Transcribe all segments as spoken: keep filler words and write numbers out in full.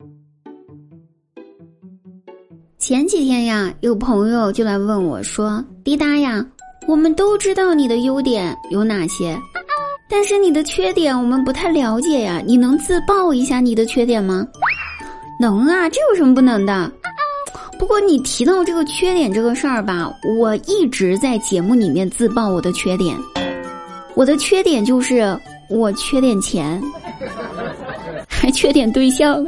前几天呀，有朋友就来问我说，滴答呀，我们都知道你的优点有哪些，但是你的缺点我们不太了解呀，你能自曝一下你的缺点吗？能啊，这有什么不能的？不过你提到这个缺点这个事儿吧，我一直在节目里面自曝我的缺点。我的缺点就是我缺点钱，还缺点对象。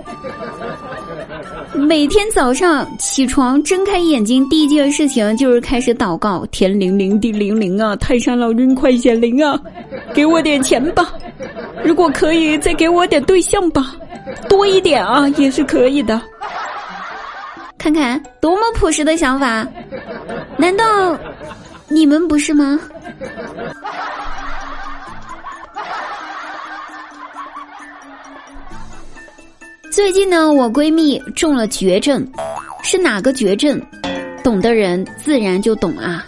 每天早上起床睁开眼睛第一件事情就是开始祷告，天灵灵地灵灵啊，太上老君快显灵啊，给我点钱吧，如果可以再给我点对象吧，多一点啊也是可以的。看看多么朴实的想法，难道你们不是吗？最近呢，我闺蜜中了绝症，是哪个绝症？懂的人自然就懂啊。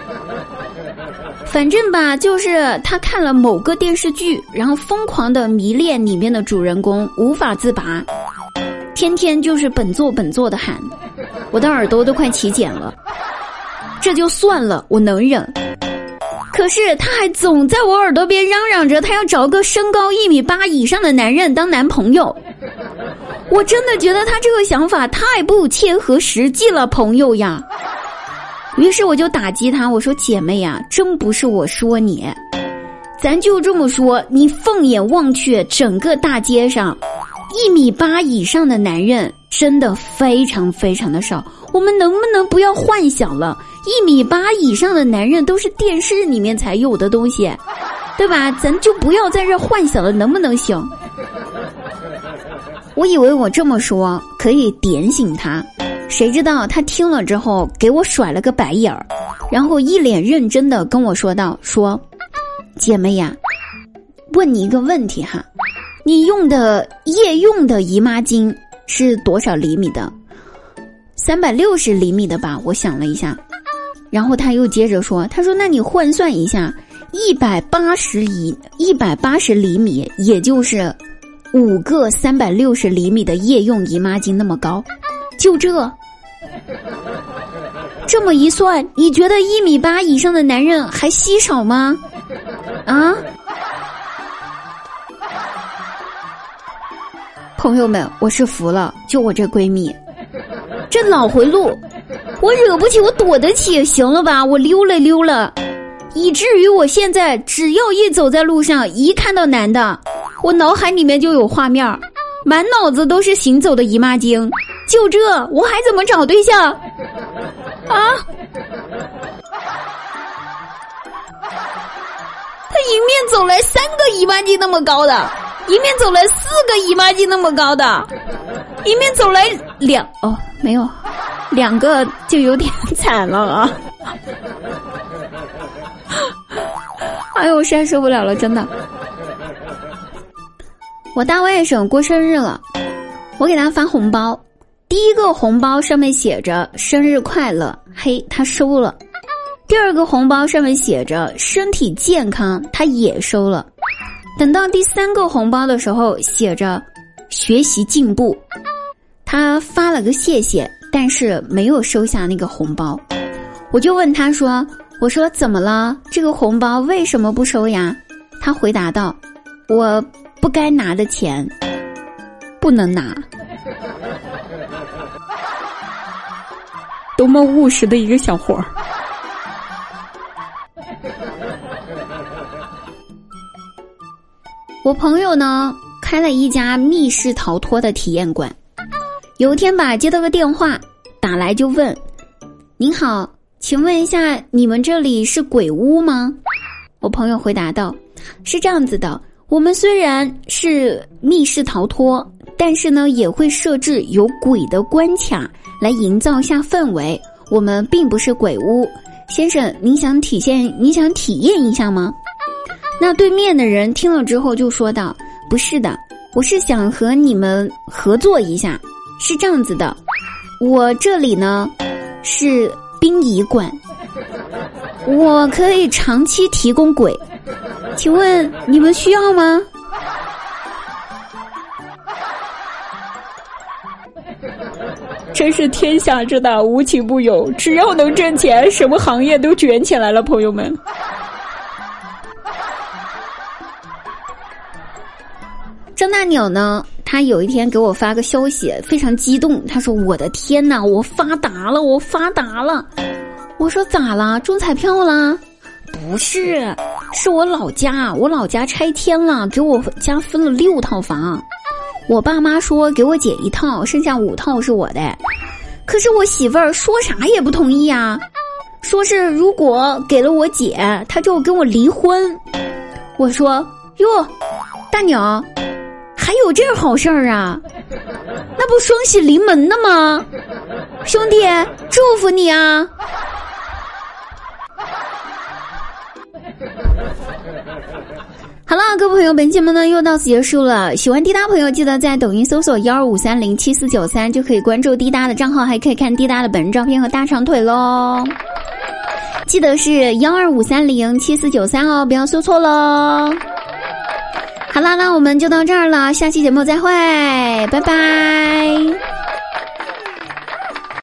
反正吧，就是她看了某个电视剧，然后疯狂的迷恋里面的主人公，无法自拔，天天就是本座本座的喊，我的耳朵都快起茧了。这就算了，我能忍。可是她还总在我耳朵边嚷嚷着，她要找个身高一米八以上的男人当男朋友。我真的觉得他这个想法太不切合实际了，朋友呀。于是我就打击他，我说姐妹呀，真不是我说你，咱就这么说，你放眼望去，整个大街上一米八以上的男人真的非常非常的少，我们能不能不要幻想了？一米八以上的男人都是电视里面才有的东西，对吧？咱就不要在这幻想了，能不能行？我以为我这么说可以点醒他，谁知道他听了之后给我甩了个白眼儿，然后一脸认真的跟我说道，说姐妹呀，问你一个问题哈，你用的夜用的姨妈巾是多少厘米的？三百六十厘米的吧，我想了一下。然后他又接着说，他说那你换算一下，一百八十厘一百八十厘米也就是五个三百六十厘米的夜用姨妈巾那么高，就这这么一算，你觉得一米八以上的男人还稀少吗？啊，朋友们，我是服了，就我这闺蜜，这脑回路，我惹不起我躲得起，行了吧，我溜了溜了，以至于我现在只要一走在路上，一看到男的，我脑海里面就有画面，满脑子都是行走的姨妈巾，就这我还怎么找对象啊？他迎面走来三个姨妈巾那么高的，迎面走来四个姨妈巾那么高的，迎面走来两哦没有两个就有点惨了啊！哎呦，我实在受不了了，真的。我大外甥过生日了，我给他发红包，第一个红包上面写着生日快乐，嘿，他收了。第二个红包上面写着身体健康，他也收了。等到第三个红包的时候写着学习进步，他发了个谢谢，但是没有收下那个红包。我就问他说，我说怎么了？这个红包为什么不收呀？他回答道，我不该拿的钱不能拿。多么务实的一个小伙儿。我朋友呢开了一家密室逃脱的体验馆，有一天吧接到个电话，打来就问，您好，请问一下你们这里是鬼屋吗？我朋友回答道，是这样子的，我们虽然是密室逃脱，但是呢也会设置有鬼的关卡来营造一下氛围，我们并不是鬼屋。先生，您想体现您想体验一下吗？那对面的人听了之后就说道，不是的，我是想和你们合作一下。是这样子的，我这里呢是殡仪馆，我可以长期提供鬼，请问你们需要吗？ 真是天下之大，无奇不有，只要能挣钱，什么行业都卷起来了，朋友们。张大鸟呢，他有一天给我发个消息，非常激动，他说我的天哪，我发达了，我发达了。我说咋了？中彩票啦？不是，是我老家，我老家拆迁了，给我家分了六套房，我爸妈说给我姐一套，剩下五套是我的。可是我媳妇儿说啥也不同意啊，说是如果给了我姐，她就跟我离婚。我说哟，大鸟，还有这好事儿啊？那不双喜临门的吗？兄弟，祝福你啊！好了，各位朋友，本期节目呢又到此结束了。喜欢滴答朋友，记得在抖音搜索幺二五三零七四九三就可以关注滴答的账号，还可以看滴答的本人照片和大长腿喽。记得是幺二五三零七四九三哦，不要搜错喽。好啦，那我们就到这儿了，下期节目再会，拜拜。